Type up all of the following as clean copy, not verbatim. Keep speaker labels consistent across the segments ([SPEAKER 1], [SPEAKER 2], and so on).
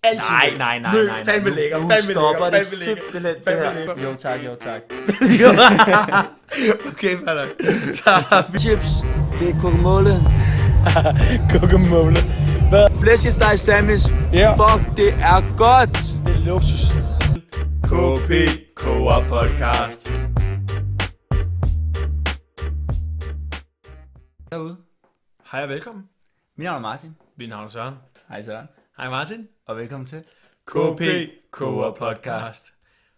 [SPEAKER 1] Altid.
[SPEAKER 2] Nej.
[SPEAKER 1] Fandme lækker.
[SPEAKER 2] Nu stopper det simpelthen det her. Jo tak.
[SPEAKER 1] Okay, fair. Så har vi
[SPEAKER 2] Chips, det er guacamole.
[SPEAKER 1] guacamole.
[SPEAKER 2] Flæskesteg sandwich.
[SPEAKER 1] Ja.
[SPEAKER 2] Fuck, det er godt.
[SPEAKER 1] Det er luksus. KP Koger Podcast.
[SPEAKER 2] Derude.
[SPEAKER 1] Hej og velkommen.
[SPEAKER 2] Mit navn er Martin.
[SPEAKER 1] Mit navn er Søren.
[SPEAKER 2] Hej Søren.
[SPEAKER 1] Hej Martin.
[SPEAKER 2] Og velkommen til
[SPEAKER 1] KP Koger Podcast.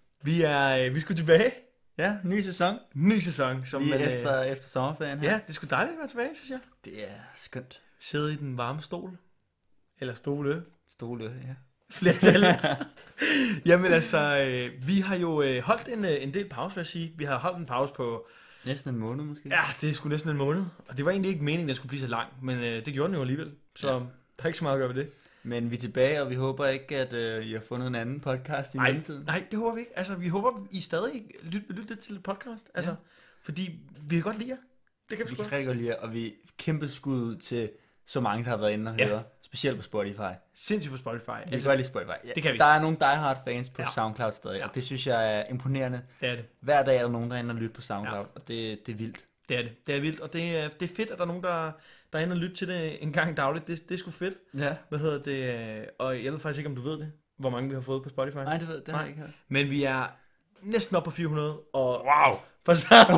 [SPEAKER 1] Vi skulle tilbage.
[SPEAKER 2] Ja, ny sæson.
[SPEAKER 1] Ny sæson. Som
[SPEAKER 2] Lige efter sommerferien her.
[SPEAKER 1] Ja, det skulle dejligt at være tilbage, synes jeg.
[SPEAKER 2] Det er skønt.
[SPEAKER 1] Sidde i den varme stol. Eller stole.
[SPEAKER 2] Stole, ja.
[SPEAKER 1] Flertal. Jamen altså, vi har jo holdt en del pause, vil jeg sige. Vi har holdt en pause på...
[SPEAKER 2] Næsten en måned måske.
[SPEAKER 1] Ja, det er sgu næsten en måned. Og det var egentlig ikke meningen, at den skulle blive så lang. Men det gjorde den jo alligevel. Så der er ikke så meget at gøre ved det.
[SPEAKER 2] Men vi er tilbage, og vi håber ikke, at I har fundet en anden podcast i mellemtiden.
[SPEAKER 1] Nej, det håber vi ikke. Altså, vi håber, I stadig vil lytte lidt til podcast. Altså, fordi vi kan godt lide jer. Det kan vi sgu.
[SPEAKER 2] Vi kan rigtig godt lide jer, og vi kæmpe skud ud til så mange, der har været inde og høre. Specielt på Spotify.
[SPEAKER 1] Sindssygt på Spotify.
[SPEAKER 2] Vi kan godt lide Spotify. Ja,
[SPEAKER 1] det kan vi.
[SPEAKER 2] Der er nogle diehard fans på SoundCloud stadig, og det synes jeg er imponerende.
[SPEAKER 1] Det er det.
[SPEAKER 2] Hver dag er der nogen, der er inde og lytte på SoundCloud, og det er vildt.
[SPEAKER 1] Det er det. Det er vildt, og det er fedt, at der er nogen, der er inde og lytte til det en gang dagligt. Det er sgu fedt.
[SPEAKER 2] Ja.
[SPEAKER 1] Hvad hedder det? Og jeg ved faktisk ikke, om du ved det, hvor mange vi har fået på Spotify.
[SPEAKER 2] Nej, det har jeg ikke hørt.
[SPEAKER 1] Men vi er næsten op på 400, og
[SPEAKER 2] wow,
[SPEAKER 1] på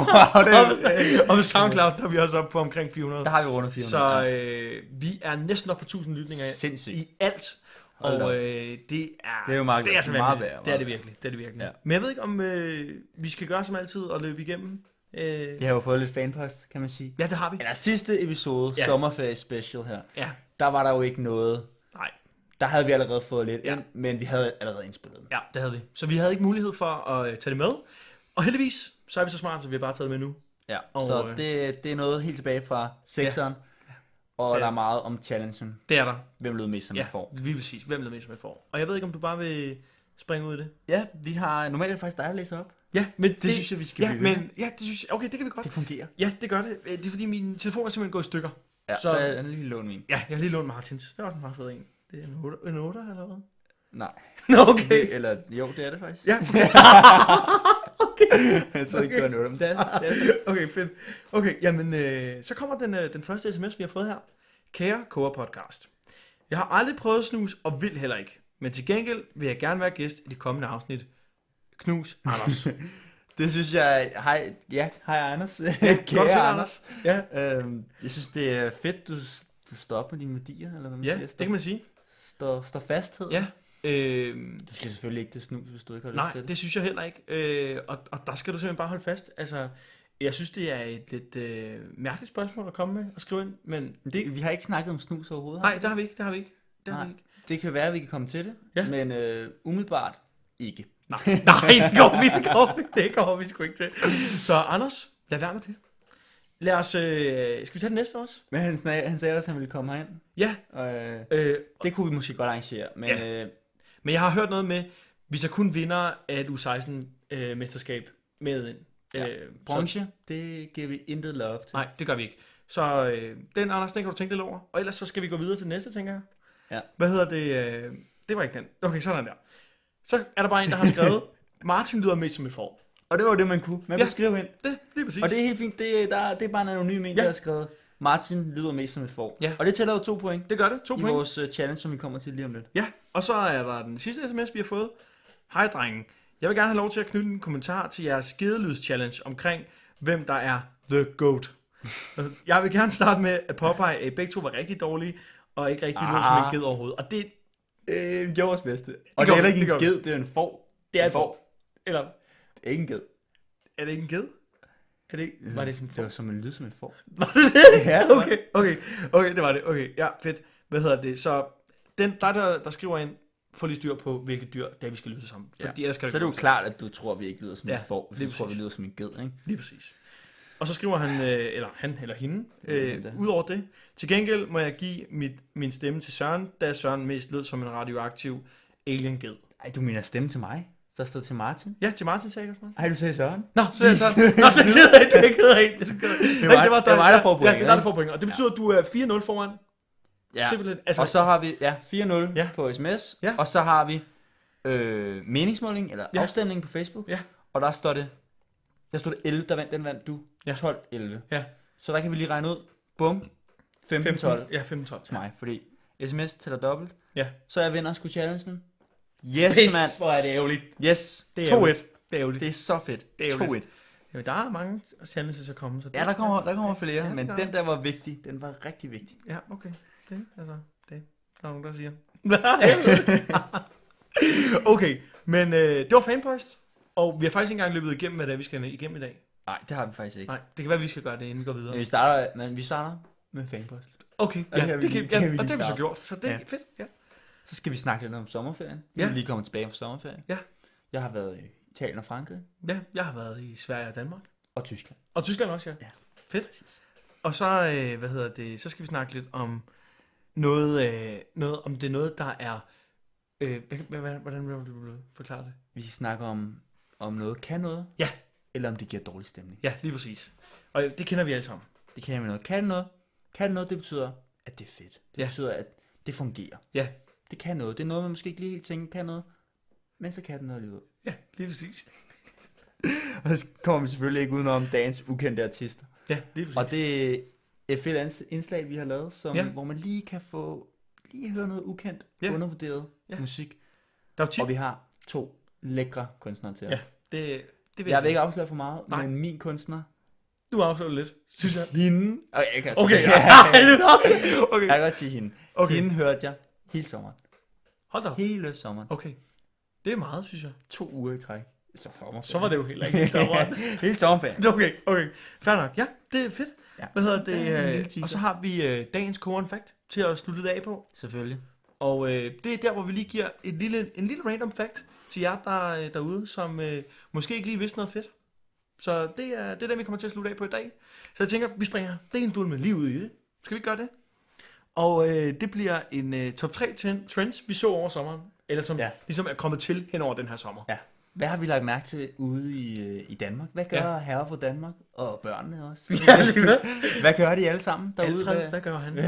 [SPEAKER 1] SoundCloud der er vi også op på omkring 400.
[SPEAKER 2] Der har vi rundet 400.
[SPEAKER 1] Så vi er næsten op på 1000 lytninger i alt. Og det er
[SPEAKER 2] jo meget,
[SPEAKER 1] det er altså
[SPEAKER 2] meget værd.
[SPEAKER 1] Det er det virkelig. Ja. Men jeg ved ikke, om vi skal gøre som altid og løbe igennem.
[SPEAKER 2] Vi har jo fået lidt fanpost, kan man sige.
[SPEAKER 1] Ja, det har vi.
[SPEAKER 2] Eller sidste episode, sommerferie special her.
[SPEAKER 1] Ja.
[SPEAKER 2] Der var der jo ikke noget.
[SPEAKER 1] Nej.
[SPEAKER 2] Der havde vi allerede fået lidt ind, men vi havde allerede indspillet den.
[SPEAKER 1] Ja, det havde vi. Så vi havde ikke mulighed for at tage det med. Og heldigvis, så er vi så smart, så vi har bare taget det med nu.
[SPEAKER 2] Ja, og så det er noget helt tilbage fra 6'eren. Ja. Og der er meget om challengen.
[SPEAKER 1] Det er der.
[SPEAKER 2] Hvem lød mest, som man får.
[SPEAKER 1] Ja, lige præcis. Hvem lød mest, som man får. Og jeg ved ikke, om du bare vil springe ud i det.
[SPEAKER 2] Ja, vi har normalt faktisk dig at læse op.
[SPEAKER 1] Ja, men
[SPEAKER 2] det synes jeg, vi skal
[SPEAKER 1] blive. Men det synes jeg, okay, det kan vi godt.
[SPEAKER 2] Det fungerer.
[SPEAKER 1] Ja, det gør det. Det er fordi, min telefon er simpelthen gået i stykker.
[SPEAKER 2] Ja, så jeg har lige lånt min.
[SPEAKER 1] Ja, jeg har lige lånt Martins. Det er også en meget fed en. Det er en 8 eller hvad?
[SPEAKER 2] Nej.
[SPEAKER 1] Okay.
[SPEAKER 2] Eller, jo, det er det faktisk.
[SPEAKER 1] Ja.
[SPEAKER 2] Okay. Jeg tror ikke, det var noget, men det er det.
[SPEAKER 1] Okay, fedt. Okay, jamen, så kommer den første sms, vi har fået her. Kære Koger Podcast. Jeg har aldrig prøvet snus, og vil heller ikke. Men til gengæld vil jeg gerne være gæst i det kommende afsnit. Knus, Anders.
[SPEAKER 2] Det synes jeg... Hej Anders.
[SPEAKER 1] Godt set, Anders.
[SPEAKER 2] Ja. Jeg synes, det er fedt, du står op med dine værdier, eller hvad man siger.
[SPEAKER 1] Det kan man sige.
[SPEAKER 2] Står fasthed.
[SPEAKER 1] Ja.
[SPEAKER 2] Du skal selvfølgelig ikke til snus, hvis du ikke har
[SPEAKER 1] lyst til det. Det synes jeg heller ikke. Og der skal du simpelthen bare holde fast. Altså, jeg synes, det er et lidt mærkeligt spørgsmål at komme med og skrive ind. Men
[SPEAKER 2] vi har ikke snakket om snus overhovedet.
[SPEAKER 1] Nej, det har vi ikke.
[SPEAKER 2] Det kan være, at vi kan komme til det. Men umiddelbart ikke.
[SPEAKER 1] Nej, det går vi sgu ikke til. Så Anders, lad være med det. Lad os, skal vi tage det næste også?
[SPEAKER 2] Men han sagde også, at han ville komme herind.
[SPEAKER 1] Ja.
[SPEAKER 2] Det kunne vi måske godt arrangere.
[SPEAKER 1] Men jeg har hørt noget med, hvis jeg kun vinder af et U16-mesterskab med ind.
[SPEAKER 2] Bronze, det giver vi intet love til.
[SPEAKER 1] Nej, det gør vi ikke. Så den, Anders, den kan du tænke lidt over. Og ellers så skal vi gå videre til næste, tænker jeg.
[SPEAKER 2] Ja.
[SPEAKER 1] Hvad hedder det? Det var ikke den. Okay, sådan der. Så er der bare en, der har skrevet, Martin lyder mest som et får.
[SPEAKER 2] Og det var det, man kunne. Man kunne skrive ind.
[SPEAKER 1] Det er præcis.
[SPEAKER 2] Og det er helt fint. Det er bare en anonym en, der har skrevet, Martin lyder mest som et får.
[SPEAKER 1] Ja.
[SPEAKER 2] Og det tæller jo 2 point.
[SPEAKER 1] Det gør det. 2 point.
[SPEAKER 2] I vores challenge, som vi kommer til lige om lidt.
[SPEAKER 1] Ja, og så er der den sidste sms, vi har fået. Hej drengen. Jeg vil gerne have lov til at knytte en kommentar til jeres skidelyds-challenge omkring, hvem der er the GOAT. Jeg vil gerne starte med at påpege, at begge to var rigtig dårlige, og ikke rigtig lød som en ged overhovedet. Og det
[SPEAKER 2] er vores bedste. Og det er ikke en ged, det er en får.
[SPEAKER 1] Det er en får. Eller...
[SPEAKER 2] Det er ikke en ged.
[SPEAKER 1] Er det ikke en ged? Er det ikke... Var det sådan
[SPEAKER 2] det var som en lyd som en får.
[SPEAKER 1] Var det det? Ja, okay, det var det. Okay, ja, fedt. Hvad hedder det? Så den, der skriver ind, får lige styr på, hvilke dyr, der vi skal lyde sammen. Fordi ellers kan
[SPEAKER 2] så er det jo klart, at du tror, vi ikke lyder som en får, hvis du tror, vi lyder som en ged, ikke?
[SPEAKER 1] Lige præcis. Og så skriver han eller hende, udover det. Til gengæld må jeg give min stemme til Søren, da Søren mest lød som en radioaktiv alien-ged.
[SPEAKER 2] Ej, du mener stemme til mig? Så stod til Martin?
[SPEAKER 1] Ja, til Martin sagde jeg også.
[SPEAKER 2] Ej, du sagde Søren?
[SPEAKER 1] Nå, så er Søren. Nå, så keder jeg ikke. Det var
[SPEAKER 2] mig, der får point.
[SPEAKER 1] Ja, det er der får point. Og det betyder, at du er 4-0 foran.
[SPEAKER 2] Ja.
[SPEAKER 1] Simpelthen. Altså,
[SPEAKER 2] Og så har vi 4-0
[SPEAKER 1] Ja.
[SPEAKER 2] på sms,
[SPEAKER 1] Ja.
[SPEAKER 2] og så har vi meningsmåling, eller
[SPEAKER 1] Ja.
[SPEAKER 2] afstemning på Facebook,
[SPEAKER 1] Ja.
[SPEAKER 2] og der står det 11, den vandt du,
[SPEAKER 1] Ja.
[SPEAKER 2] 12-11.
[SPEAKER 1] Ja.
[SPEAKER 2] Så der kan vi lige regne ud, bum, 15-12
[SPEAKER 1] Ja, 15-12.
[SPEAKER 2] til mig, fordi sms tæller dobbelt,
[SPEAKER 1] Ja.
[SPEAKER 2] så jeg vinder sgu challengen. Yes,
[SPEAKER 1] Pis,
[SPEAKER 2] mand.
[SPEAKER 1] hvor er det ærgerligt.
[SPEAKER 2] Yes,
[SPEAKER 1] Det er
[SPEAKER 2] 2-1.
[SPEAKER 1] ærgerligt. Det er ærgerligt.
[SPEAKER 2] Det er så fedt.
[SPEAKER 1] Det er ærgerligt.
[SPEAKER 2] 2-1.
[SPEAKER 1] Jamen, der er mange challenges at komme. Så det,
[SPEAKER 2] Ja, der kommer flere,
[SPEAKER 1] Ja,
[SPEAKER 2] men
[SPEAKER 1] det gør
[SPEAKER 2] den der var vigtig. Den var rigtig vigtig.
[SPEAKER 1] Ja, okay. Det, altså, det der er nogen, der siger. Okay, men det var fanpost. Og vi har faktisk ikke engang løbet igennem, hvad det er, vi skal igennem i dag.
[SPEAKER 2] Nej, det har vi faktisk ikke.
[SPEAKER 1] Nej, det kan være, vi skal gøre det, inden vi går videre.
[SPEAKER 2] Men vi starter med fanpost.
[SPEAKER 1] Okay,
[SPEAKER 2] Og
[SPEAKER 1] ja,
[SPEAKER 2] det har vi
[SPEAKER 1] det
[SPEAKER 2] lige-
[SPEAKER 1] kan,
[SPEAKER 2] det
[SPEAKER 1] ja,
[SPEAKER 2] har vi
[SPEAKER 1] og
[SPEAKER 2] lige
[SPEAKER 1] det har vi så
[SPEAKER 2] klaret.
[SPEAKER 1] gjort. Så det er
[SPEAKER 2] Ja.
[SPEAKER 1] fedt, ja.
[SPEAKER 2] Så skal vi snakke lidt om sommerferien.
[SPEAKER 1] Ja.
[SPEAKER 2] Vi er lige kommet tilbage fra sommerferien.
[SPEAKER 1] Ja.
[SPEAKER 2] Jeg har været i Italien og Frankrig.
[SPEAKER 1] Ja, jeg har været i Sverige og Danmark.
[SPEAKER 2] Og Tyskland.
[SPEAKER 1] Og Tyskland også, ja.
[SPEAKER 2] Ja.
[SPEAKER 1] Fedt. Og så, så skal vi snakke lidt om noget om det er noget, der er... hvordan vil du forklare det?
[SPEAKER 2] Vi skal snakke om noget kan noget.
[SPEAKER 1] Ja.
[SPEAKER 2] Eller om det giver dårlig stemning.
[SPEAKER 1] Ja, lige præcis. Og det kender vi alle sammen.
[SPEAKER 2] Det kan vi noget. Kan det noget? Kan det noget, det betyder, at det er fedt. Det
[SPEAKER 1] Ja.
[SPEAKER 2] betyder, at det fungerer.
[SPEAKER 1] Ja.
[SPEAKER 2] Det kan noget. Det er noget, man måske ikke lige helt tænker kan noget. Men så kan det noget alligevel.
[SPEAKER 1] Ja, lige præcis.
[SPEAKER 2] Og så kommer vi selvfølgelig ikke udenom dagens ukendte artister.
[SPEAKER 1] Ja, lige præcis.
[SPEAKER 2] Og det er et fedt indslag, vi har lavet,
[SPEAKER 1] Ja.
[SPEAKER 2] hvor man lige kan høre noget ukendt,
[SPEAKER 1] Ja.
[SPEAKER 2] undervurderet
[SPEAKER 1] Ja.
[SPEAKER 2] musik.
[SPEAKER 1] Der er jo
[SPEAKER 2] Og vi har 2 lækre kunstnere til jer.
[SPEAKER 1] Ja, det vil
[SPEAKER 2] Jeg vil
[SPEAKER 1] sige.
[SPEAKER 2] ikke afsløre for meget,
[SPEAKER 1] Nej.
[SPEAKER 2] men min kunstner,
[SPEAKER 1] Du afslører lidt, synes jeg.
[SPEAKER 2] hende... Okay, jeg kan,
[SPEAKER 1] Okay, okay.
[SPEAKER 2] jeg kan godt sige hende.
[SPEAKER 1] Okay.
[SPEAKER 2] Hende hørte jeg hele sommeren.
[SPEAKER 1] Hold da op.
[SPEAKER 2] Hele sommeren.
[SPEAKER 1] Okay. Det er meget, synes jeg.
[SPEAKER 2] 2 uger i træk.
[SPEAKER 1] Så var det jo heller ikke sommeren.
[SPEAKER 2] Hele sommerferien.
[SPEAKER 1] Okay. Fair nok. Ja, det er fedt.
[SPEAKER 2] Ja.
[SPEAKER 1] Hvad hedder
[SPEAKER 2] Det er en lille
[SPEAKER 1] det?
[SPEAKER 2] teaser.
[SPEAKER 1] Og så har vi dagens core fact til at slutte det af på.
[SPEAKER 2] Selvfølgelig.
[SPEAKER 1] Og det er der, hvor vi lige giver en lille random fact til jer derude, som måske ikke lige vidste noget fedt. Så det er det, vi kommer til at slutte af på i dag. Så jeg tænker, vi springer det en dul med lige ud i det. Skal vi ikke gøre det? Og det bliver en top 3 trends, vi så over sommeren. Eller som ligesom er kommet til hen over den her sommer.
[SPEAKER 2] Ja. Hvad har vi lagt mærke til ude i Danmark? Hvad gør herrer for Danmark? Og børnene også? Hvad gør de alle sammen derude?
[SPEAKER 1] Alfred, hvad gør han?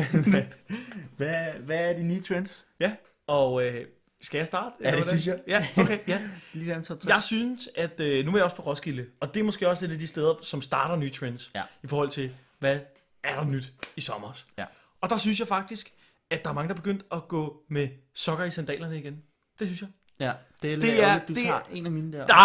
[SPEAKER 2] Hvad er de nye trends?
[SPEAKER 1] Ja, og skal jeg starte?
[SPEAKER 2] Ja, det synes jeg.
[SPEAKER 1] Ja, okay, ja.
[SPEAKER 2] Lige den top 3.
[SPEAKER 1] Jeg synes, at nu er jeg også på Roskilde, og det er måske også et af de steder, som starter nye trends, i forhold til, hvad er der nyt i sommer.
[SPEAKER 2] Ja.
[SPEAKER 1] Og der synes jeg faktisk, at der er mange, der er begyndt at gå med sokker i sandalerne igen. Det synes jeg.
[SPEAKER 2] Ja, det er lidt
[SPEAKER 1] Det er-
[SPEAKER 2] ærgerligt. Du
[SPEAKER 1] det
[SPEAKER 2] tager
[SPEAKER 1] er-
[SPEAKER 2] en af mine der.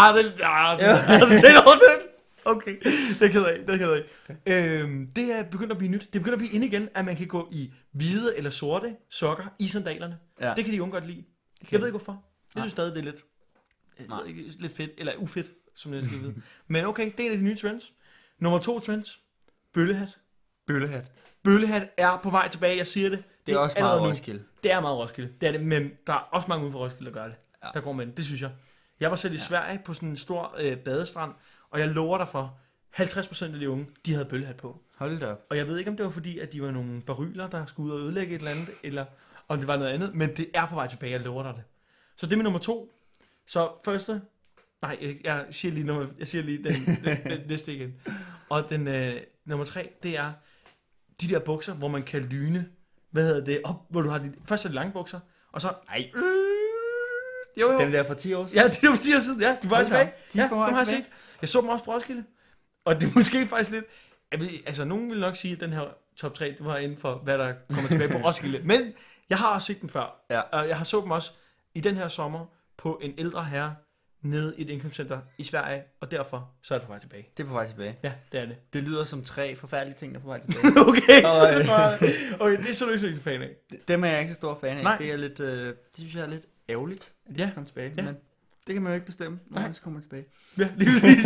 [SPEAKER 1] Okay, det er ked af, det er begyndt at blive nyt. Det er begyndt at blive ind igen, at man kan gå i hvide eller sorte sokker i sandalerne.
[SPEAKER 2] Ja.
[SPEAKER 1] Det kan de unge godt lide. Jeg ved ikke hvorfor. Jeg synes stadig, det er lidt fedt, eller ufedt, som jeg skal vide. Men okay, det er en af de nye trends. Nummer 2 trends. Bøllehat.
[SPEAKER 2] Bøllehat.
[SPEAKER 1] Bøllehat er på vej tilbage, jeg siger det.
[SPEAKER 2] Det er også meget
[SPEAKER 1] allerede nu.
[SPEAKER 2] Roskilde.
[SPEAKER 1] Det er meget Roskilde, det er det, men der er også mange uden for Roskilde, der gør det.
[SPEAKER 2] Ja.
[SPEAKER 1] Der går med det synes jeg. Jeg var selv i Sverige på sådan en stor badestrand, og jeg lover dig for, 50% af de unge, de havde bøllehat på.
[SPEAKER 2] Hold da op.
[SPEAKER 1] Og jeg ved ikke, om det var fordi, at de var nogle baryler, der skulle ud og ødelægge et eller andet, eller om det var noget andet, men det er på vej tilbage, jeg lover dig det. Så det er min nummer 2. Så første, nej, jeg siger lige den næste igen. Og den nummer 3, det er de der bukser, hvor man kan lyne, hvor du har først er de lange bukser, og så, jo.
[SPEAKER 2] Dem der for 10 år siden?
[SPEAKER 1] Ja, det er jo 10 år siden, ja, de var tilbage.
[SPEAKER 2] De er
[SPEAKER 1] Dem har jeg set. Jeg så dem også på Roskilde. Og det er måske faktisk lidt, altså nogen vil nok sige, at den her top 3, det var inden for, hvad der kommer tilbage på Roskilde. Men jeg har også set dem før.
[SPEAKER 2] Ja.
[SPEAKER 1] Og jeg har så dem også i den her sommer på en ældre herre nede i et indkøbscenter i Sverige, og derfor så er det på vej tilbage.
[SPEAKER 2] Det er på vej tilbage.
[SPEAKER 1] Ja, det er det.
[SPEAKER 2] Det lyder som 3 forfærdelige ting, der er på vej tilbage.
[SPEAKER 1] Okay, det er så du ikke så fan af.
[SPEAKER 2] Dem er jeg ikke så stor fan af.
[SPEAKER 1] Nej.
[SPEAKER 2] Det er lidt, det synes jeg er lidt ærgerligt, at de skal komme tilbage.
[SPEAKER 1] Ja.
[SPEAKER 2] Men det kan man jo ikke bestemme, når man kommer tilbage.
[SPEAKER 1] Ja, lige præcis.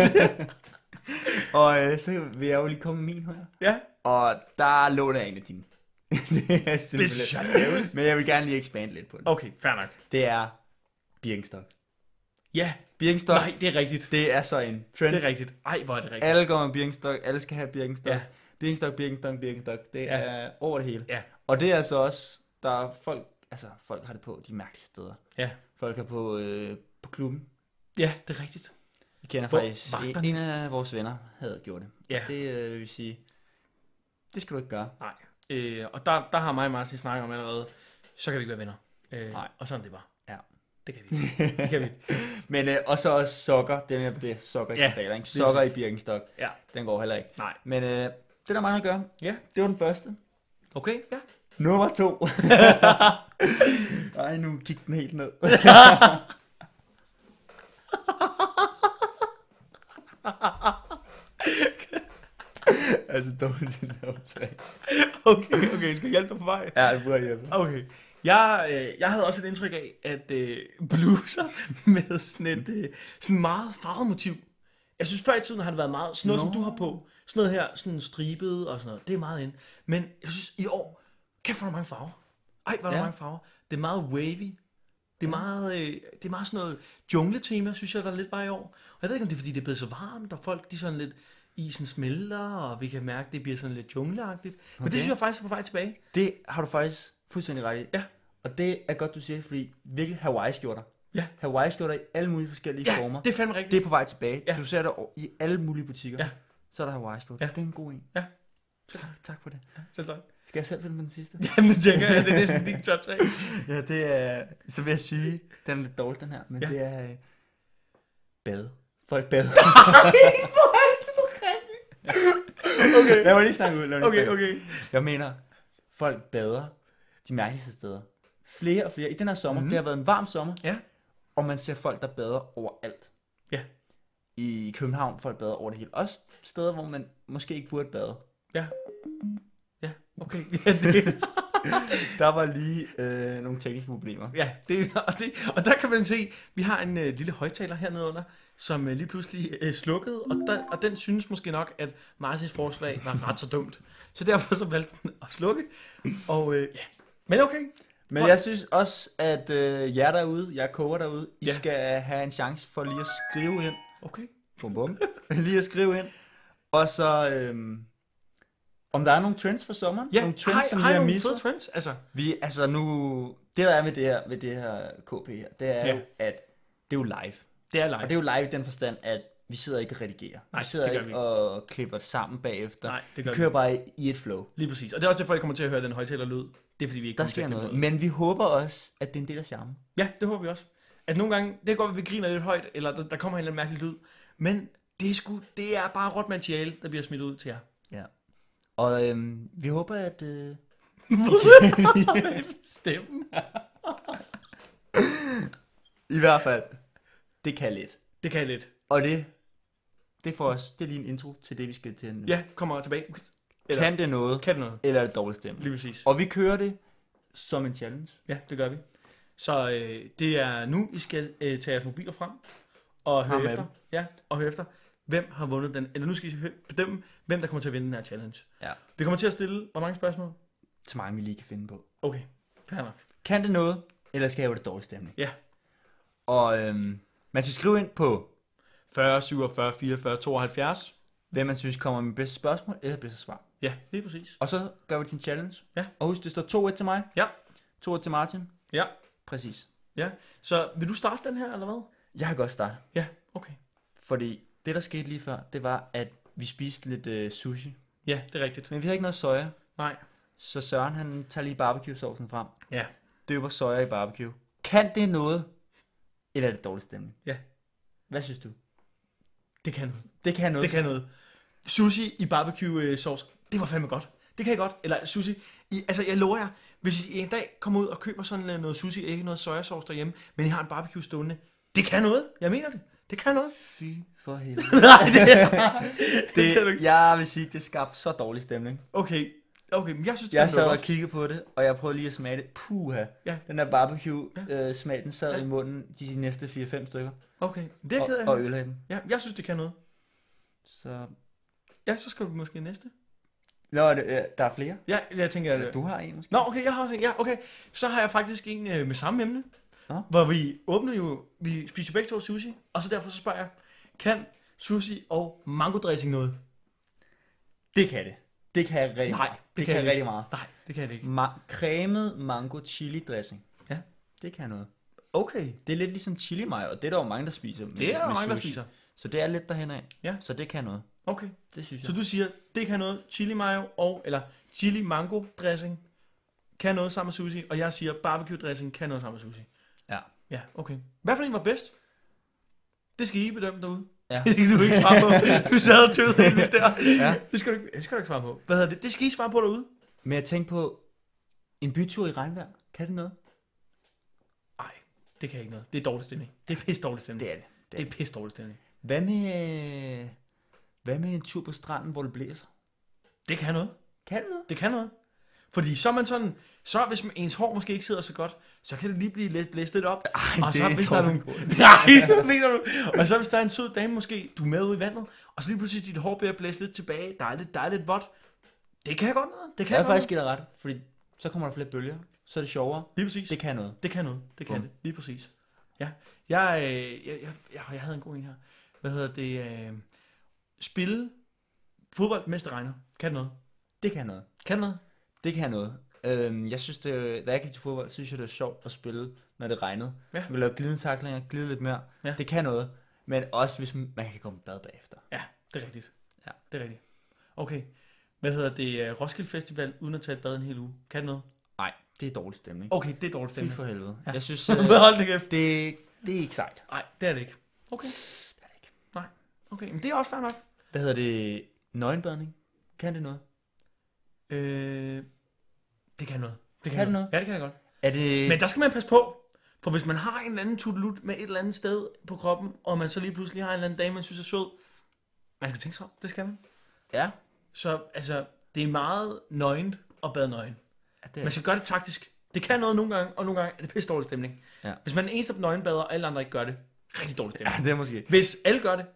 [SPEAKER 2] Og så vil jeg jo lige komme med min her.
[SPEAKER 1] Ja.
[SPEAKER 2] Og der lå der en af dine. Det er
[SPEAKER 1] Det synes jeg er ærgerligt.
[SPEAKER 2] Men jeg vil gerne lige expande lidt på det.
[SPEAKER 1] Okay, fair nok.
[SPEAKER 2] Det er Birkenstock.
[SPEAKER 1] Ja,
[SPEAKER 2] Birkenstock,
[SPEAKER 1] nej, det er rigtigt.
[SPEAKER 2] det er så en trend.
[SPEAKER 1] Det er rigtigt. Ej, hvor er det rigtigt.
[SPEAKER 2] Alle går med Birkenstock, alle skal have Birkenstock.
[SPEAKER 1] Ja.
[SPEAKER 2] Birkenstock. Det er over det hele.
[SPEAKER 1] Ja.
[SPEAKER 2] Og det er altså også, der er folk har det på de mærkelige steder.
[SPEAKER 1] Ja.
[SPEAKER 2] Folk er på klubben.
[SPEAKER 1] Ja, det er rigtigt.
[SPEAKER 2] Vi kender
[SPEAKER 1] Hvor
[SPEAKER 2] faktisk,
[SPEAKER 1] vagterne-
[SPEAKER 2] en af vores venner havde gjort det.
[SPEAKER 1] Ja.
[SPEAKER 2] Det vil sige, det skal du ikke gøre.
[SPEAKER 1] Nej. Og der har mig og Martin snakket om allerede, så kan vi ikke være venner.
[SPEAKER 2] Nej.
[SPEAKER 1] Og sådan er det bare.
[SPEAKER 2] Ja.
[SPEAKER 1] Det kan vi ikke. Det kan vi ikke.
[SPEAKER 2] Men og så også sokker. Det er sokker i sandaler, ikke? Sokker i Birkenstock.
[SPEAKER 1] Ja.
[SPEAKER 2] Den går heller ikke.
[SPEAKER 1] Nej.
[SPEAKER 2] Men det er der mange at gøre.
[SPEAKER 1] Ja.
[SPEAKER 2] Det var den første.
[SPEAKER 1] Okay, ja.
[SPEAKER 2] Nummer 2. Ej, nu gik den helt ned. Altså dårligt til optræk.
[SPEAKER 1] Okay, skal jeg hjælpe dig på vej?
[SPEAKER 2] Ja, det burde jeg hjælpe.
[SPEAKER 1] Okay. Jeg havde også et indtryk af, at bluser med sådan meget farvet motiv. Jeg synes før i tiden har det været meget, sådan noget som du har på. Sådan noget her, sådan stribet og sådan noget. Det er meget ind. Men jeg synes i år, kæft hvor er der mange farver. Ej, hvor er der mange farver. Det er meget wavy. Det er meget sådan noget jungletema, synes jeg, der er lidt bare i år. Og jeg ved ikke, om det er, fordi det er blevet så varmt, og folk de sådan lidt, isen smelter, og vi kan mærke, at det bliver sådan lidt jungleagtigt. Men det synes jeg faktisk er på vej tilbage.
[SPEAKER 2] Det har du faktisk fuldstændig ret i.
[SPEAKER 1] Ja.
[SPEAKER 2] Og det er godt, du siger, fordi virkelig Hawaii-skjorter.
[SPEAKER 1] Ja.
[SPEAKER 2] Hawaii-skjorter i alle mulige forskellige former.
[SPEAKER 1] Det er fandme rigtigt.
[SPEAKER 2] Det er på vej tilbage.
[SPEAKER 1] Ja.
[SPEAKER 2] Du ser det i alle mulige butikker.
[SPEAKER 1] Ja.
[SPEAKER 2] Så er der Hawaii-skjorter.
[SPEAKER 1] Ja.
[SPEAKER 2] Det er en god en.
[SPEAKER 1] Ja.
[SPEAKER 2] Tak for det.
[SPEAKER 1] Selv tak.
[SPEAKER 2] Skal jeg selv finde den sidste?
[SPEAKER 1] Jamen, det tænker jeg, det er næsten din top 3.
[SPEAKER 2] Ja, det er... Så vil jeg sige, den er lidt dårlig, den her. Men det er... bade. Folk bader. Okay. Lad mig lige snakke ud.
[SPEAKER 1] Okay.
[SPEAKER 2] Jeg mener, folk bader de mærkeligste steder. Flere og flere. I den her sommer, det har været en varm sommer.
[SPEAKER 1] Ja.
[SPEAKER 2] Og man ser folk, der bader overalt.
[SPEAKER 1] Ja.
[SPEAKER 2] I København, folk bader over det hele. Også steder, hvor man måske ikke burde bade.
[SPEAKER 1] Ja. Ja, okay. Ja, det.
[SPEAKER 2] Der var lige nogle tekniske problemer.
[SPEAKER 1] Ja, og der kan man se, vi har en lille højtaler hernede under, som lige pludselig slukkede, og den synes måske nok, at Martins forslag var ret så dumt. Så derfor så valgte den at slukke, og ja, men okay.
[SPEAKER 2] Men jeg synes også, at jer derude, jeg koger derude, I skal have en chance for lige at skrive ind.
[SPEAKER 1] Okay.
[SPEAKER 2] Bum bum. Lige at skrive ind. Og så... om der er nogle trends for sommeren?
[SPEAKER 1] Ja,
[SPEAKER 2] nogle trends, som vi
[SPEAKER 1] har
[SPEAKER 2] har
[SPEAKER 1] nogle
[SPEAKER 2] misset?
[SPEAKER 1] fede trends?
[SPEAKER 2] Altså nu... Det der er ved det her KP her, det er jo, at det er jo live.
[SPEAKER 1] Det er live.
[SPEAKER 2] Og det er jo live i den forstand, at vi sidder ikke og redigerer.
[SPEAKER 1] Nej,
[SPEAKER 2] vi sidder
[SPEAKER 1] det gør
[SPEAKER 2] ikke
[SPEAKER 1] vi
[SPEAKER 2] og klipper det sammen bagefter.
[SPEAKER 1] Nej, det gør
[SPEAKER 2] vi kører bare i et flow.
[SPEAKER 1] Lige præcis. Og det er også derfor, jeg kommer til at høre den højtalerlyd. Det er fordi, vi ikke
[SPEAKER 2] der sker noget. Men vi håber også, at det er en del af charmen.
[SPEAKER 1] Ja, det håber vi også. At nogle gange, det kan godt være, at vi griner lidt højt, eller der kommer en eller anden mærkelig lyd. Men det er bare råt materiale, der bliver smidt ud til jer.
[SPEAKER 2] Ja. Og vi håber, at...
[SPEAKER 1] Stemmen.
[SPEAKER 2] I hvert fald, det kan lidt.
[SPEAKER 1] Det kan lidt.
[SPEAKER 2] Og det får os, det er lige en intro til det, vi skal til nu.
[SPEAKER 1] Ja, kommer tilbage.
[SPEAKER 2] Eller, kan det noget, eller er det dårligt stemme?
[SPEAKER 1] Lige præcis.
[SPEAKER 2] Og vi kører det som en challenge.
[SPEAKER 1] Ja, det gør vi. Så det er nu, I skal tage jeres mobiler frem og høre efter. Ja, og høre efter, hvem har vundet den. Eller nu skal I bedømme, hvem der kommer til at vinde den her challenge. Ja. Vi kommer til at stille, hvor mange spørgsmål?
[SPEAKER 2] Så mange, vi lige kan finde på.
[SPEAKER 1] Okay, fair nok.
[SPEAKER 2] Kan det noget, eller skal jeg have det dårlig stemning?
[SPEAKER 1] Ja.
[SPEAKER 2] Og man skal skrive ind på
[SPEAKER 1] 40, 47, 44, 72.
[SPEAKER 2] Hvem man synes kommer med bedste spørgsmål eller bedste svar.
[SPEAKER 1] Ja, lige præcis.
[SPEAKER 2] Og så gør vi til en challenge.
[SPEAKER 1] Ja.
[SPEAKER 2] Og husk, det står 2-1 til mig.
[SPEAKER 1] Ja.
[SPEAKER 2] 2-1 til Martin.
[SPEAKER 1] Ja.
[SPEAKER 2] Præcis.
[SPEAKER 1] Ja. Så vil du starte den her, eller hvad?
[SPEAKER 2] Jeg kan godt starte.
[SPEAKER 1] Ja, okay.
[SPEAKER 2] Fordi det, der skete lige før, det var, at vi spiste lidt sushi.
[SPEAKER 1] Ja, det er rigtigt.
[SPEAKER 2] Men vi har ikke noget soja.
[SPEAKER 1] Nej.
[SPEAKER 2] Så Søren, han tager lige barbecue-sovsen frem.
[SPEAKER 1] Ja.
[SPEAKER 2] Døber soja i barbecue. Kan det noget, eller er det dårlig stemning?
[SPEAKER 1] Ja.
[SPEAKER 2] Hvad synes du?
[SPEAKER 1] Det kan noget.
[SPEAKER 2] Det kan noget.
[SPEAKER 1] Det kan noget. Sushi i barbecue sauce, det var fandme godt. Det kan jeg godt. Eller sushi. Altså, jeg lover jer, hvis I en dag kommer ud og køber sådan noget sushi, ikke noget sojasauce derhjemme, men I har en barbecue stående, det kan noget. Jeg mener det. Det kan noget.
[SPEAKER 2] Fy for helvede.
[SPEAKER 1] Nej, det kan du ikke.
[SPEAKER 2] Jeg vil sige, det skabte så dårlig stemning.
[SPEAKER 1] Okay, men jeg synes, det
[SPEAKER 2] jeg sad og kiggede på det, og jeg prøvede lige at smage det. Puha.
[SPEAKER 1] Ja.
[SPEAKER 2] Den der barbecue smag, den sad i munden de næste 4-5 stykker.
[SPEAKER 1] Okay, det er ked af.
[SPEAKER 2] Og øl af den.
[SPEAKER 1] Ja, jeg synes, det kan noget.
[SPEAKER 2] Så...
[SPEAKER 1] Ja, så skal vi måske næste.
[SPEAKER 2] Nå, der er flere?
[SPEAKER 1] Ja, jeg tænker...
[SPEAKER 2] Ja, du har en måske?
[SPEAKER 1] Nå, okay, jeg har også en. Ja, okay. Så har jeg faktisk en med samme emne. Hvor vi åbnede jo... Vi spiste jo begge to sushi. Og så derfor så spørger jeg, kan sushi og mango-dressing noget?
[SPEAKER 2] Det kan det. Det kan jeg rigtig meget.
[SPEAKER 1] Nej,
[SPEAKER 2] det kan jeg rigtig meget.
[SPEAKER 1] Nej, det kan det ikke.
[SPEAKER 2] Cremet mango chili dressing.
[SPEAKER 1] Ja.
[SPEAKER 2] Det kan noget.
[SPEAKER 1] Okay.
[SPEAKER 2] Det er lidt ligesom chili mayo, og det er der jo mange, der spiser.
[SPEAKER 1] Det er der mange, der spiser.
[SPEAKER 2] Så det er lidt derhen af.
[SPEAKER 1] Ja.
[SPEAKER 2] Så det kan noget.
[SPEAKER 1] Okay.
[SPEAKER 2] Det synes jeg.
[SPEAKER 1] Så du siger, det kan noget chili mayo eller chili mango dressing kan noget sammen med sushi, og jeg siger, barbecue dressing kan noget sammen med sushi.
[SPEAKER 2] Ja.
[SPEAKER 1] Ja, okay. Hvad for en var bedst? Det skal I bedømme derude.
[SPEAKER 2] Ja.
[SPEAKER 1] Det kan du ikke svare på. Du sad og tøvede helt vildt der.
[SPEAKER 2] Ja.
[SPEAKER 1] Det skal du ikke svare på. Hvad hedder det? Det skal I svare på derude.
[SPEAKER 2] Men jeg tænker på, en bytur i regnvejr, kan det noget?
[SPEAKER 1] Nej, det kan jeg ikke noget. Det er dårlig stemning. Det er pisse dårlig stemning.
[SPEAKER 2] Det er det.
[SPEAKER 1] Det er pisse dårlig stemning.
[SPEAKER 2] Hvad med en tur på stranden, hvor det blæser?
[SPEAKER 1] Det kan noget.
[SPEAKER 2] Kan det noget?
[SPEAKER 1] Det kan noget. Fordi så er man sådan, så hvis ens hår måske ikke sidder så godt, så kan det lige blive lidt blæst lidt op. Og så hvis der er nogle... Og så hvis der er en sød dame måske, du er med ude i vandet, og så lige pludselig dit hår bliver blæst lidt tilbage, der er lidt vådt. Det kan godt noget. Det kan
[SPEAKER 2] Jeg er
[SPEAKER 1] godt
[SPEAKER 2] faktisk ret, fordi så kommer der flere bølger, så er det sjovere.
[SPEAKER 1] Lige præcis.
[SPEAKER 2] Det kan noget.
[SPEAKER 1] Det kan noget. Det kan det. Lige præcis. Ja. Jeg havde en god en her. Hvad hedder det? Spille fodbold, mens det regner. Kan det noget?
[SPEAKER 2] Det kan noget.
[SPEAKER 1] Kan det noget?
[SPEAKER 2] Det kan noget. Jeg synes, da jeg gik til fodbold, synes jeg, det var sjovt at spille, når det regnede.
[SPEAKER 1] Ja.
[SPEAKER 2] Vi lavede glidetaklinger, glide lidt mere.
[SPEAKER 1] Ja.
[SPEAKER 2] Det kan noget. Men også hvis man kan gå med bad bagefter.
[SPEAKER 1] Ja, det er rigtigt.
[SPEAKER 2] Ja.
[SPEAKER 1] Det er rigtigt. Okay. Hvad hedder det? Roskilde Festival uden at tage et bad en hel uge. Kan det noget?
[SPEAKER 2] Nej, det er dårlig stemning.
[SPEAKER 1] Okay, det er dårlig
[SPEAKER 2] Fy
[SPEAKER 1] stemning.
[SPEAKER 2] for helvede.
[SPEAKER 1] Ja.
[SPEAKER 2] Jeg synes,
[SPEAKER 1] Hold det kæft.
[SPEAKER 2] det er ikke sejt.
[SPEAKER 1] Nej, det er det ikke. Okay.
[SPEAKER 2] Det er det ikke.
[SPEAKER 1] Nej. Okay, men det er også fair nok.
[SPEAKER 2] Hvad hedder det? Nøgenbadning? Kan det noget?
[SPEAKER 1] Det kan noget. Det
[SPEAKER 2] Kan det noget?
[SPEAKER 1] Ja, det kan jeg godt.
[SPEAKER 2] Er det...
[SPEAKER 1] Men der skal man passe på. For hvis man har en eller anden tudelut med et eller andet sted på kroppen, og man så lige pludselig har en eller anden dame, man synes er sød, man skal tænke sig om. Det skal man.
[SPEAKER 2] Ja.
[SPEAKER 1] Så altså, det er meget nøgent og bade nøgen.
[SPEAKER 2] Ja, det er...
[SPEAKER 1] Man skal gøre det taktisk. Det kan noget nogle gange, og nogle gange er det pisse dårlig stemning.
[SPEAKER 2] Ja.
[SPEAKER 1] Hvis man er den eneste nøgenbader, og alle andre ikke gør det, rigtig dårlig stemning.
[SPEAKER 2] Ja, det er måske...
[SPEAKER 1] Hvis alle gør det,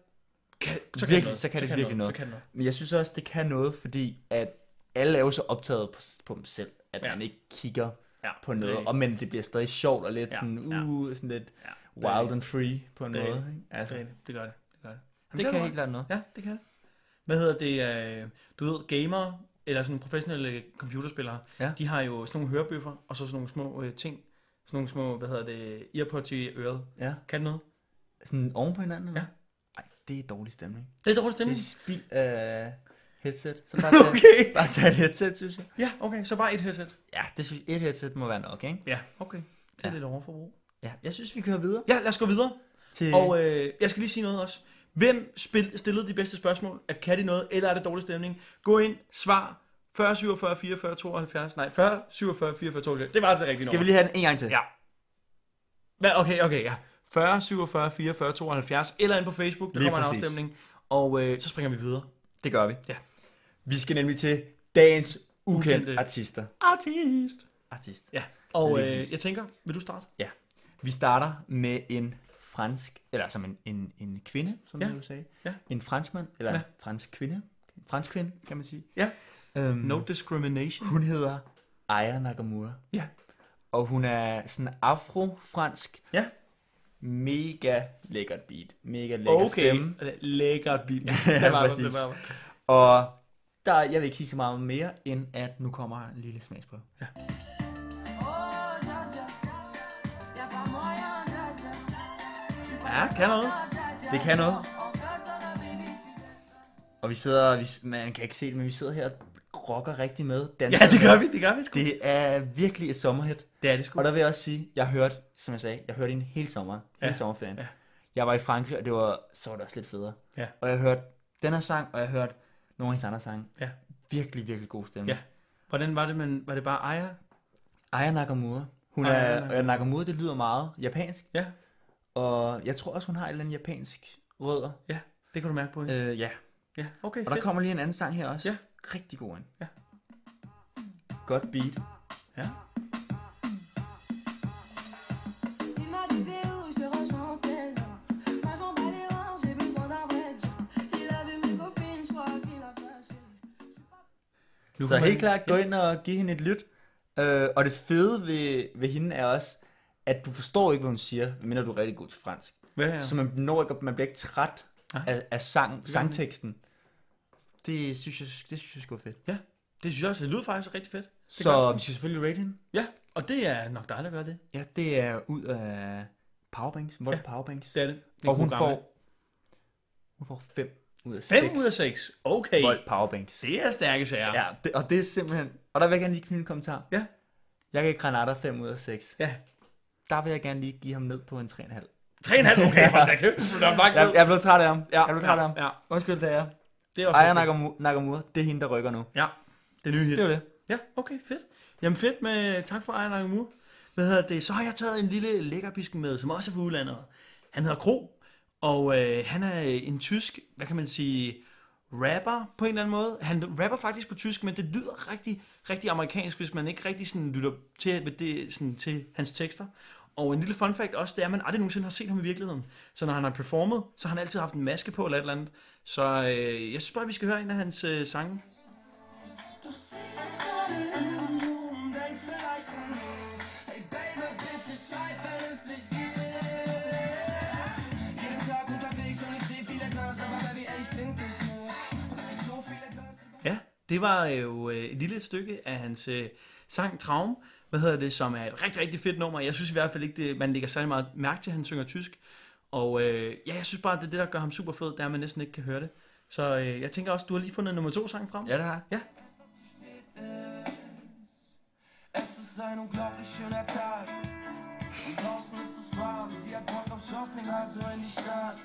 [SPEAKER 2] Så kan det virkelig noget. Men jeg synes også, det kan noget, fordi at alle er jo så optaget på dem selv, at man ikke kigger på noget, men det bliver stadig sjovt og lidt sådan lidt wild and free på en måde. Ikke? Altså,
[SPEAKER 1] det gør det. Jamen,
[SPEAKER 2] det kan helt klart noget.
[SPEAKER 1] Ja, det kan det. Hvad hedder det? Du ved, gamere, eller sådan professionelle computerspillere, de har jo sådan nogle hørebøffer, og så sådan nogle små ting, sådan nogle små, earpods i øret.
[SPEAKER 2] Ja.
[SPEAKER 1] Kan det noget?
[SPEAKER 2] Sådan oven på hinanden?
[SPEAKER 1] Ja.
[SPEAKER 2] Nej, det er dårlig stemning.
[SPEAKER 1] Det er dårlig stemning?
[SPEAKER 2] Det er spild af headset. Så bare tage et headset, synes jeg.
[SPEAKER 1] Ja, okay, så bare et headset.
[SPEAKER 2] Ja, det synes et headset må være nok, ikke?
[SPEAKER 1] Ja, okay. Det er lidt overforbrug.
[SPEAKER 2] Ja, jeg synes, vi kører videre.
[SPEAKER 1] Ja, lad os gå videre.
[SPEAKER 2] Til...
[SPEAKER 1] Og jeg skal lige sige noget også. Hvem stillede de bedste spørgsmål? Kan de noget, eller er det dårlig stemning? Gå ind, svar 40 47 44 72. Nej, 40 47 44 72. Det var altså rigtigt.
[SPEAKER 2] Skal vi lige have den en gang til?
[SPEAKER 1] Ja. Okay, ja. 40 47 44 72, eller ind på Facebook, der kommer en afstemning. Og så springer vi videre.
[SPEAKER 2] Det gør vi.
[SPEAKER 1] Ja.
[SPEAKER 2] Vi skal nemlig til dagens ukendte artister. Artist.
[SPEAKER 1] Ja, og jeg tænker, vil du starte?
[SPEAKER 2] Ja. Vi starter med en fransk, eller som en kvinde, som du sagde.
[SPEAKER 1] Ja.
[SPEAKER 2] En franskmand, eller en fransk kvinde. Fransk kvinde, kan man sige.
[SPEAKER 1] Ja. No discrimination.
[SPEAKER 2] Hun hedder Aya Nakamura.
[SPEAKER 1] Ja.
[SPEAKER 2] Og hun er sådan afro-fransk.
[SPEAKER 1] Ja.
[SPEAKER 2] Mega lækkert beat. Mega lækker stemme.
[SPEAKER 1] Lækkert beat.
[SPEAKER 2] Ja, præcis. Og jeg vil ikke sige så meget mere, end at nu kommer en lille smagsprøve. Ja.
[SPEAKER 1] Ja, kan noget.
[SPEAKER 2] Det kan noget. Og vi sidder, man kan ikke se det, men vi sidder her og rocker rigtig med.
[SPEAKER 1] Ja, det gør vi sgu.
[SPEAKER 2] Det er virkelig et sommerhit.
[SPEAKER 1] Det er det sgu.
[SPEAKER 2] Og der vil jeg også sige, jeg hørte, som jeg sagde, hende hele sommeren. Hele sommerferien. Ja. Jeg var i Frankrig, og så var det også lidt federe. Ja. Og jeg hørte den her sang, og jeg hørte nogle af hendes andre sange. Ja. Virkelig, virkelig god stemme.
[SPEAKER 1] Ja. Hvordan var det, men var det bare Aya?
[SPEAKER 2] Aya Nakamura. Hun er Nakamura, det lyder meget japansk. Ja. Og jeg tror også, hun har et eller andet japansk rødder.
[SPEAKER 1] Ja, det kan du mærke på hende.
[SPEAKER 2] Ja.
[SPEAKER 1] Ja, okay,
[SPEAKER 2] og der kommer lige en anden sang her også.
[SPEAKER 1] Ja.
[SPEAKER 2] Rigtig god en.
[SPEAKER 1] Ja.
[SPEAKER 2] Godt beat.
[SPEAKER 1] Ja.
[SPEAKER 2] Så helt klart, gå ind og give hende et lyt. Og det fede ved hende er også, at du forstår ikke, hvad hun siger, medmindre du er rigtig god til fransk.
[SPEAKER 1] Ja.
[SPEAKER 2] Så man bliver ikke træt af sangteksten. Det synes jeg sgu er fedt.
[SPEAKER 1] Ja, det synes jeg også. Det lyder faktisk rigtig fedt.
[SPEAKER 2] Så vi skal selvfølgelig rate hende.
[SPEAKER 1] Ja, og det er nok dig, der gør det.
[SPEAKER 2] Ja, det er ud af Powerbanks. Hvor er Powerbanks?
[SPEAKER 1] Det er det.
[SPEAKER 2] Og hun får 5 ud af 6.
[SPEAKER 1] 5 ud af 6. Okay.
[SPEAKER 2] Volt powerbanks.
[SPEAKER 1] Det er stærke sager.
[SPEAKER 2] Ja, og det er simpelthen... Og der vil jeg gerne lige knytte en kommentar.
[SPEAKER 1] Ja.
[SPEAKER 2] Jeg gav Granada 5 ud af 6.
[SPEAKER 1] Ja.
[SPEAKER 2] Der vil jeg gerne lige give ham ned på en 3,5.
[SPEAKER 1] 3,5? Okay, hold da kæft.
[SPEAKER 2] Jeg er blevet træt af ham.
[SPEAKER 1] Ja,
[SPEAKER 2] jeg er blevet træt af ham.
[SPEAKER 1] Ja.
[SPEAKER 2] Undskyld, det er jeg.
[SPEAKER 1] Det er også
[SPEAKER 2] Aya Nakamura, det er hende, der rykker nu.
[SPEAKER 1] Ja, det er nye hit.
[SPEAKER 2] Det er det.
[SPEAKER 1] Ja, okay, fedt. Jamen fedt med... Tak for Aya Nakamura. Hvad hedder det? Så har jeg taget en lille lækkerbisken med, som også er fra udlandet. Han hedder Kro, og han er en tysk, hvad kan man sige, rapper på en eller anden måde. Han rapper faktisk på tysk, men det lyder rigtig, rigtig amerikansk, hvis man ikke rigtig sådan lytter til hans tekster. Og en lille fun fact også, det er, at man aldrig nogensinde har set ham i virkeligheden. Så når han har performet, så har han altid haft en maske på eller et eller andet. Så jeg synes bare, at vi skal høre en af hans sange. Ja, det var jo et lille stykke af hans sang Traum, som er et rigtig, rigtig fedt nummer. Jeg synes i hvert fald ikke, man lægger særlig meget mærke til, at han synger tysk. Og jeg synes bare, at det er det, der gør ham super fed, det er, at man næsten ikke kan høre det. Så jeg tænker også, du har lige fundet nummer 2 sang frem.
[SPEAKER 2] Ja, det har jeg.
[SPEAKER 1] Ja.
[SPEAKER 3] Es ist ein unglaublich schöner Tag. Und draußen ist es warm. Sie hat Bock auf Shopping, also in die Stadt.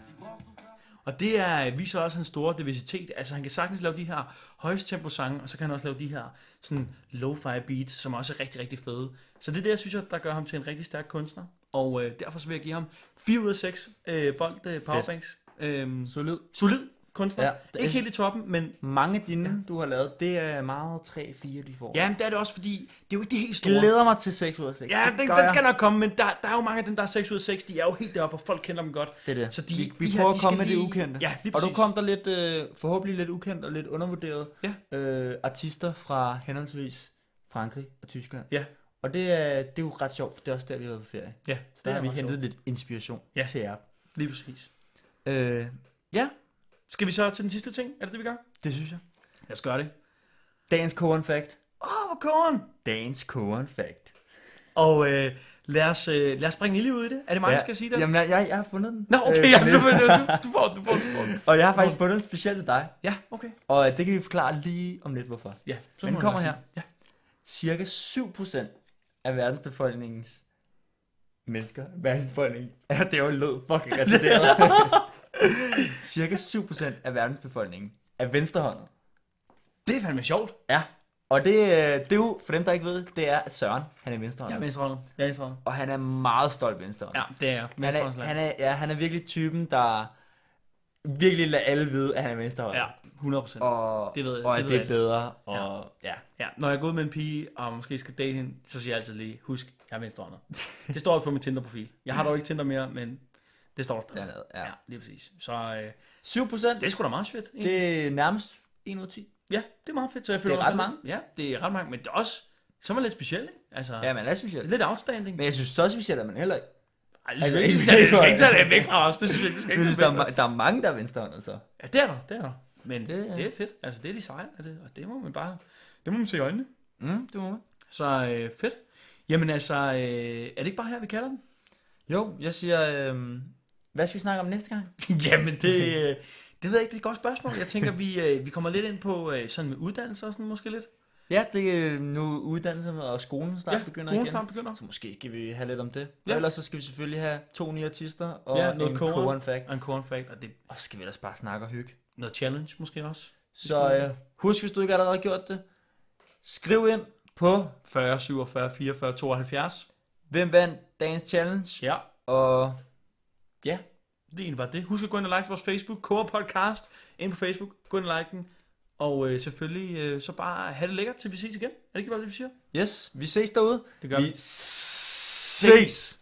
[SPEAKER 1] Og det viser også hans store diversitet. Altså han kan sagtens lave de her højst tempo sange, og så kan han også lave de her sådan lo-fi beats, som også er rigtig, rigtig fede. Så det er det, jeg synes, der gør ham til en rigtig stærk kunstner. Og derfor så vil jeg give ham 4 ud af 6 volt powerbanks. Solid kunstner. Ja, ikke helt i toppen, men...
[SPEAKER 2] Mange af dine, du har lavet, det er meget 3-4, de får.
[SPEAKER 1] Ja, men det er det også, fordi det er jo ikke de helt store.
[SPEAKER 2] Jeg glæder mig til 6 ud af 6.
[SPEAKER 1] Ja, den skal nok komme, men der er jo mange af dem, der er 6 ud af 6. De er jo helt deroppe, og folk kender dem godt.
[SPEAKER 2] Det er det.
[SPEAKER 1] Så
[SPEAKER 2] vi prøver at komme med det ukendte.
[SPEAKER 1] Ja, lige
[SPEAKER 2] og du kom der lidt, forhåbentlig lidt ukendt og lidt undervurderet artister fra henholdsvis Frankrig og Tyskland.
[SPEAKER 1] Ja.
[SPEAKER 2] Og det er jo ret sjovt, for det er også der, vi har været på ferie.
[SPEAKER 1] Ja,
[SPEAKER 2] så der har vi hentet lidt inspiration til jer.
[SPEAKER 1] Lige præcis.
[SPEAKER 2] Ja.
[SPEAKER 1] Skal vi så til den sidste ting? Er det det, vi gør?
[SPEAKER 2] Det synes jeg.
[SPEAKER 1] Lad os gøre det.
[SPEAKER 2] Dagens Koren Fact.
[SPEAKER 1] Hvor Koren?
[SPEAKER 2] Dagens Koren Fact.
[SPEAKER 1] Og lad os bringe lige ud i det. Er det mig, der skal sige det?
[SPEAKER 2] Jamen, jeg har fundet den.
[SPEAKER 1] Nå, okay, du får den.
[SPEAKER 2] Og jeg har faktisk fundet den specielt til dig.
[SPEAKER 1] Ja, okay.
[SPEAKER 2] Og det kan vi forklare lige om lidt, hvorfor.
[SPEAKER 1] Ja,
[SPEAKER 2] men den kommer her. Ja. Cirka 7% af verdensbefolkningens verdensbefolkningen. Ja, det er jo lød fucking retarderet. Cirka 7% af verdensbefolkningen er venstrehåndet.
[SPEAKER 1] Det er fandme sjovt.
[SPEAKER 2] Ja. Og det er jo, for dem der ikke ved, det er at Søren, han er venstrehåndet.
[SPEAKER 1] Ja, venstrehåndet.
[SPEAKER 2] Og han er meget stolt venstrehåndet.
[SPEAKER 1] Ja, det er
[SPEAKER 2] han er virkelig typen, der virkelig lader alle vide, at han er venstrehåndet.
[SPEAKER 1] Ja, 100%.
[SPEAKER 2] Og
[SPEAKER 1] det ved jeg.
[SPEAKER 2] Og at det er bedre.
[SPEAKER 1] Og ja. Når jeg går ud med en pige, og måske skal date hende, så siger jeg altid lige, husk, jeg er venstrehåndet. Det står på min Tinder-profil. Jeg har dog ikke Tinder mere, men det står der.
[SPEAKER 2] Ja,
[SPEAKER 1] lige præcis. Så
[SPEAKER 2] 7%.
[SPEAKER 1] Det er sgu da meget fedt.
[SPEAKER 2] Egentlig. Det er nærmest 1 ud af 10.
[SPEAKER 1] Ja, det er meget fedt. Så jeg føler
[SPEAKER 2] det er ret mange.
[SPEAKER 1] Ja, det er ret mange, men det er også, så er man lidt speciel, ikke? Altså,
[SPEAKER 2] ja, man er speciel.
[SPEAKER 1] Lidt outstanding.
[SPEAKER 2] Men jeg synes så specielt, at man heller ikke.
[SPEAKER 1] Ej, det skal ikke tage det væk fra os. Det synes jeg ikke.
[SPEAKER 2] Der er mange, der er venstrehåndet, så.
[SPEAKER 1] Ja, det er der. Men det er fedt. Altså, det er de sejre af det, og det må man bare, det må man se i øjnene.
[SPEAKER 2] Det må man.
[SPEAKER 1] Så fedt. Jamen altså, er det ikke bare her, vi kalder den?
[SPEAKER 2] Jo, jeg siger, hvad skal vi snakke om næste gang?
[SPEAKER 1] Jamen, det ved jeg ikke, det er et godt spørgsmål. Jeg tænker, vi kommer lidt ind på sådan med uddannelse og sådan måske lidt.
[SPEAKER 2] Ja, det er nu uddannelse og skolen snart begynder igen.
[SPEAKER 1] Snart begynder.
[SPEAKER 2] Så måske skal vi have lidt om det. Ja. Og ellers så skal vi selvfølgelig have 2 nye artister og
[SPEAKER 1] noget
[SPEAKER 2] en Koren Fact.
[SPEAKER 1] Og en Koren Fact.
[SPEAKER 2] Og så skal vi ellers bare snakke og hygge.
[SPEAKER 1] Noget challenge måske også.
[SPEAKER 2] Så husk, hvis du ikke allerede har gjort det, skriv ind på
[SPEAKER 1] 40 47 44 72.
[SPEAKER 2] Hvem vandt dagens challenge?
[SPEAKER 1] Ja.
[SPEAKER 2] Og ja,
[SPEAKER 1] det var det. Husk at gå ind og like vores Facebook, Koren Podcast, ind på Facebook. Gå ind og like den. Og selvfølgelig så bare have det lækkert, til vi ses igen. Er det ikke bare det, vi siger?
[SPEAKER 2] Yes, vi ses derude.
[SPEAKER 1] Det gør vi.
[SPEAKER 2] Ses!